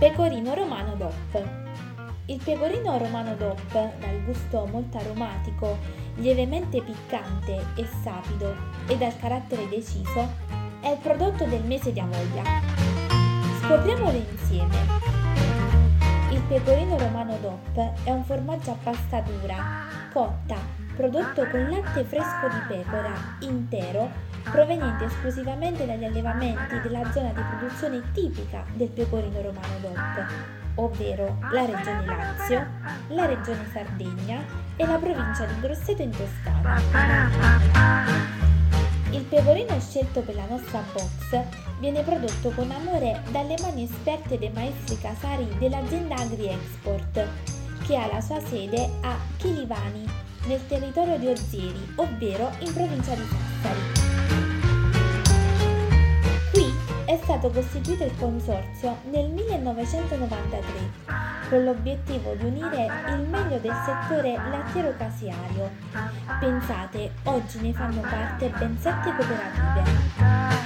Pecorino romano DOP. Il pecorino romano DOP, dal gusto molto aromatico, lievemente piccante e sapido e dal carattere deciso, è il prodotto del mese di Avolia. Scopriamolo insieme. Il pecorino romano DOP è un formaggio a pasta dura, cotta, prodotto con latte fresco di pecora, intero, proveniente esclusivamente dagli allevamenti della zona di produzione tipica del pecorino romano DOP, ovvero la regione Lazio, la regione Sardegna e la provincia di Grosseto in Toscana. Il pecorino scelto per la nostra box viene prodotto con amore dalle mani esperte dei maestri casari dell'azienda AgriExport, che ha la sua sede a Chilivani, nel territorio di Ozieri, ovvero in provincia di Sassari. Qui è stato costituito il consorzio nel 1993 con l'obiettivo di unire il meglio del settore lattiero-caseario. Pensate, oggi ne fanno parte ben 7 cooperative.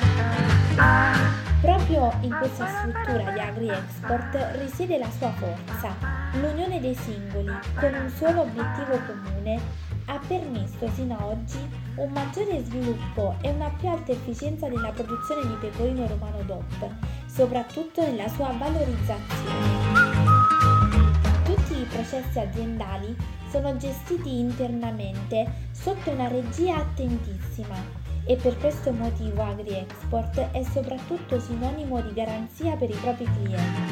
Proprio in questa struttura di AgriExport risiede la sua forza. L'unione dei singoli, con un solo obiettivo comune, ha permesso sino ad oggi un maggiore sviluppo e una più alta efficienza nella produzione di pecorino romano DOP, soprattutto nella sua valorizzazione. Tutti i processi aziendali sono gestiti internamente sotto una regia attentissima e per questo motivo AgriExport è soprattutto sinonimo di garanzia per i propri clienti.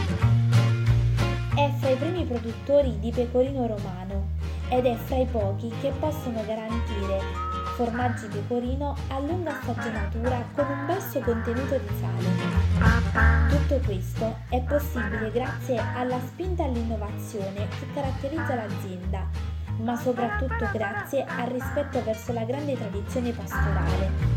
È fra i primi produttori di pecorino romano ed è fra i pochi che possono garantire formaggi pecorino a lunga stagionatura con un basso contenuto di sale. Tutto questo è possibile grazie alla spinta all'innovazione che caratterizza l'azienda, ma soprattutto grazie al rispetto verso la grande tradizione pastorale.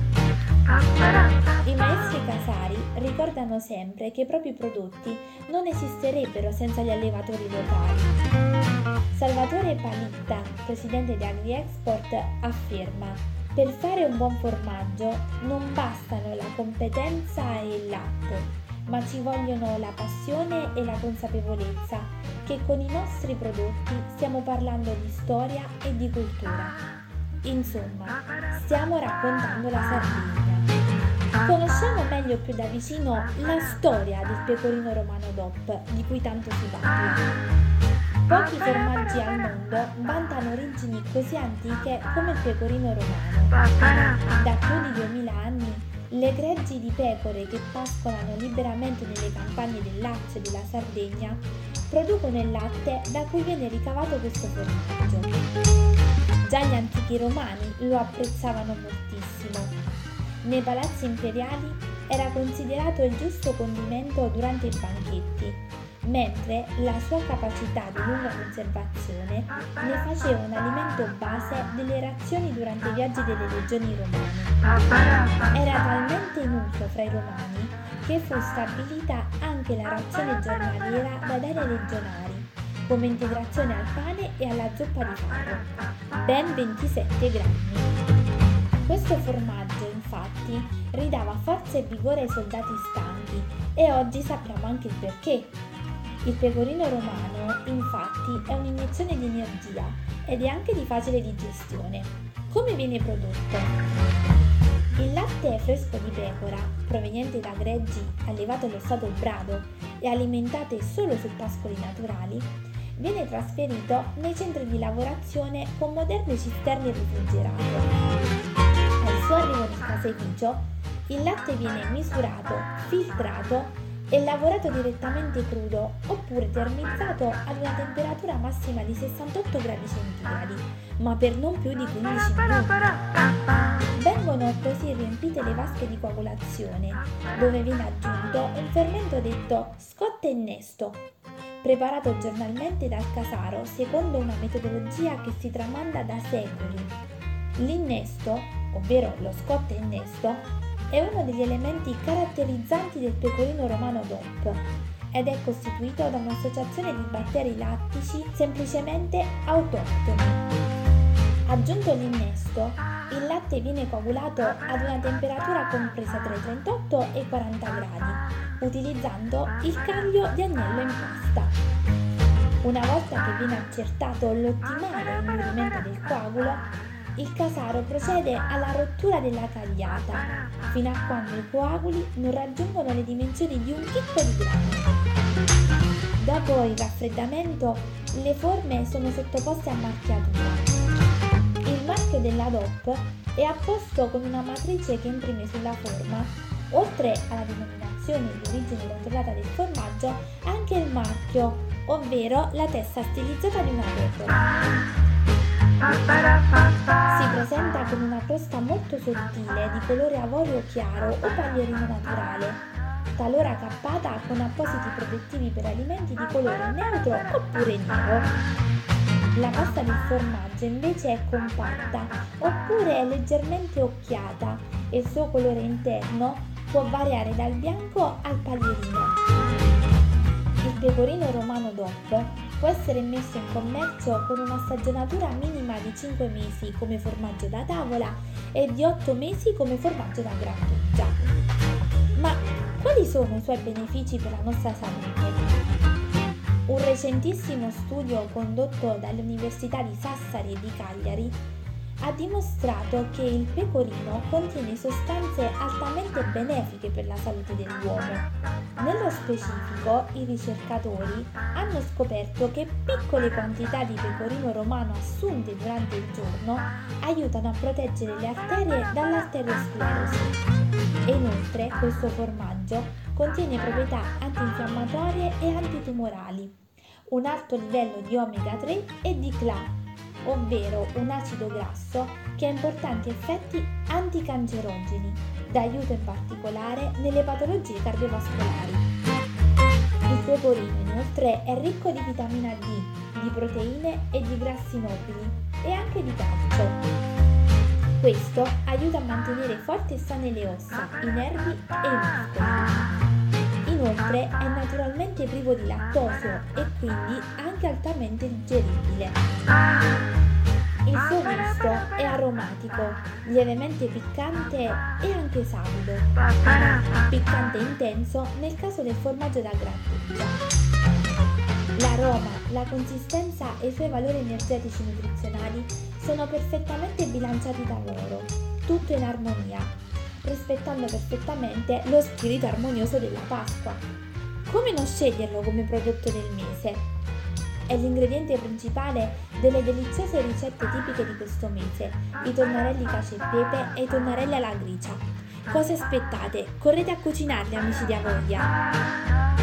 I maestri casari ricordano sempre che i propri prodotti non esisterebbero senza gli allevatori locali. Salvatore Palitta, presidente di AgriExport, afferma: per fare un buon formaggio non bastano la competenza e il latte, ma ci vogliono la passione e la consapevolezza che con i nostri prodotti stiamo parlando di storia e di cultura. Insomma, stiamo raccontando la Sardegna. Conosciamo meglio più da vicino la storia del pecorino romano DOP, di cui tanto si parla. Pochi formaggi al mondo vantano origini così antiche come il pecorino romano. Da più di 2000 anni, le greggi di pecore che pascolano liberamente nelle campagne del Lazio e della Sardegna producono il latte da cui viene ricavato questo formaggio. Già gli antichi romani lo apprezzavano moltissimo. Nei palazzi imperiali era considerato il giusto condimento durante i banchetti, mentre la sua capacità di lunga conservazione ne faceva un alimento base delle razioni durante i viaggi delle legioni romane. Era talmente in uso fra i romani che fu stabilita anche la razione giornaliera da dare ai legionari, come integrazione al pane e alla zuppa di farro, ben 27 grammi. Questo formaggio, infatti, ridava forza e vigore ai soldati stanchi e oggi sappiamo anche il perché. Il pecorino romano, infatti, è un'iniezione di energia ed è anche di facile digestione. Come viene prodotto? Il latte fresco di pecora, proveniente da greggi allevate allo stato brado e alimentate solo su pascoli naturali, viene trasferito nei centri di lavorazione con moderne cisterne refrigerate. Al suo arrivo nel caseificio, il latte viene misurato, filtrato e lavorato direttamente crudo oppure termizzato ad una temperatura massima di 68 gradi centigradi, ma per non più di 15 minuti. Vengono così riempite le vasche di coagulazione, dove viene aggiunto un fermento detto scotta e innesto, preparato giornalmente dal casaro secondo una metodologia che si tramanda da secoli. L'innesto, ovvero lo scotta e innesto, è uno degli elementi caratterizzanti del pecorino romano DOP ed è costituito da un'associazione di batteri lattici semplicemente autoctoni. Aggiunto l'innesto, Il latte viene coagulato ad una temperatura compresa tra i 38 e i 40 gradi, utilizzando il caglio di agnello in pasta. Una volta che viene accertato l'ottimale indurimento del coagulo, il casaro procede alla rottura della cagliata, fino a quando i coaguli non raggiungono le dimensioni di un chicco di grano. Dopo il raffreddamento, le forme sono sottoposte a marchiatura. Il marchio della DOP è apposto con una matrice che imprime sulla forma, oltre alla denominazione di origine controllata del formaggio, anche il marchio, ovvero la testa stilizzata di una pecora. Si presenta con una crosta molto sottile di colore avorio chiaro o paglierino naturale, talora cappata con appositi protettivi per alimenti di colore neutro oppure nero. La pasta del formaggio invece è compatta oppure è leggermente occhiata e il suo colore interno può variare dal bianco al paglierino. Il pecorino romano DOP può essere messo in commercio con una stagionatura minima di 5 mesi come formaggio da tavola e di 8 mesi come formaggio da grattugia. Ma quali sono i suoi benefici per la nostra salute? Un recentissimo studio condotto dalle università di Sassari e di Cagliari ha dimostrato che il pecorino contiene sostanze altamente benefiche per la salute dell'uomo. Nello specifico, i ricercatori hanno scoperto che piccole quantità di pecorino romano assunte durante il giorno aiutano a proteggere le arterie dall'arteriosclerosi. E inoltre questo formaggio contiene proprietà antinfiammatorie e antitumorali, un alto livello di omega 3 e di CLA, ovvero un acido grasso che ha importanti effetti anticancerogeni, d'aiuto in particolare nelle patologie cardiovascolari. Il pecorino inoltre è ricco di vitamina D, di proteine e di grassi nobili e anche di calcio. Questo aiuta a mantenere forti e sane le ossa, i nervi e i muscoli. Inoltre è naturalmente privo di lattosio e quindi anche altamente digeribile. Il suo gusto è aromatico, lievemente piccante e anche sapido. Piccante intenso nel caso del formaggio da grattugia. L'aroma, la consistenza e i suoi valori energetici nutrizionali sono perfettamente bilanciati da loro, tutto in armonia, rispettando perfettamente lo spirito armonioso della Pasqua. Come non sceglierlo come prodotto del mese? È l'ingrediente principale delle deliziose ricette tipiche di questo mese, i tonnarelli cacio e pepe e i tonnarelli alla gricia. Cosa aspettate? Correte a cucinarli, amici di Avoglia!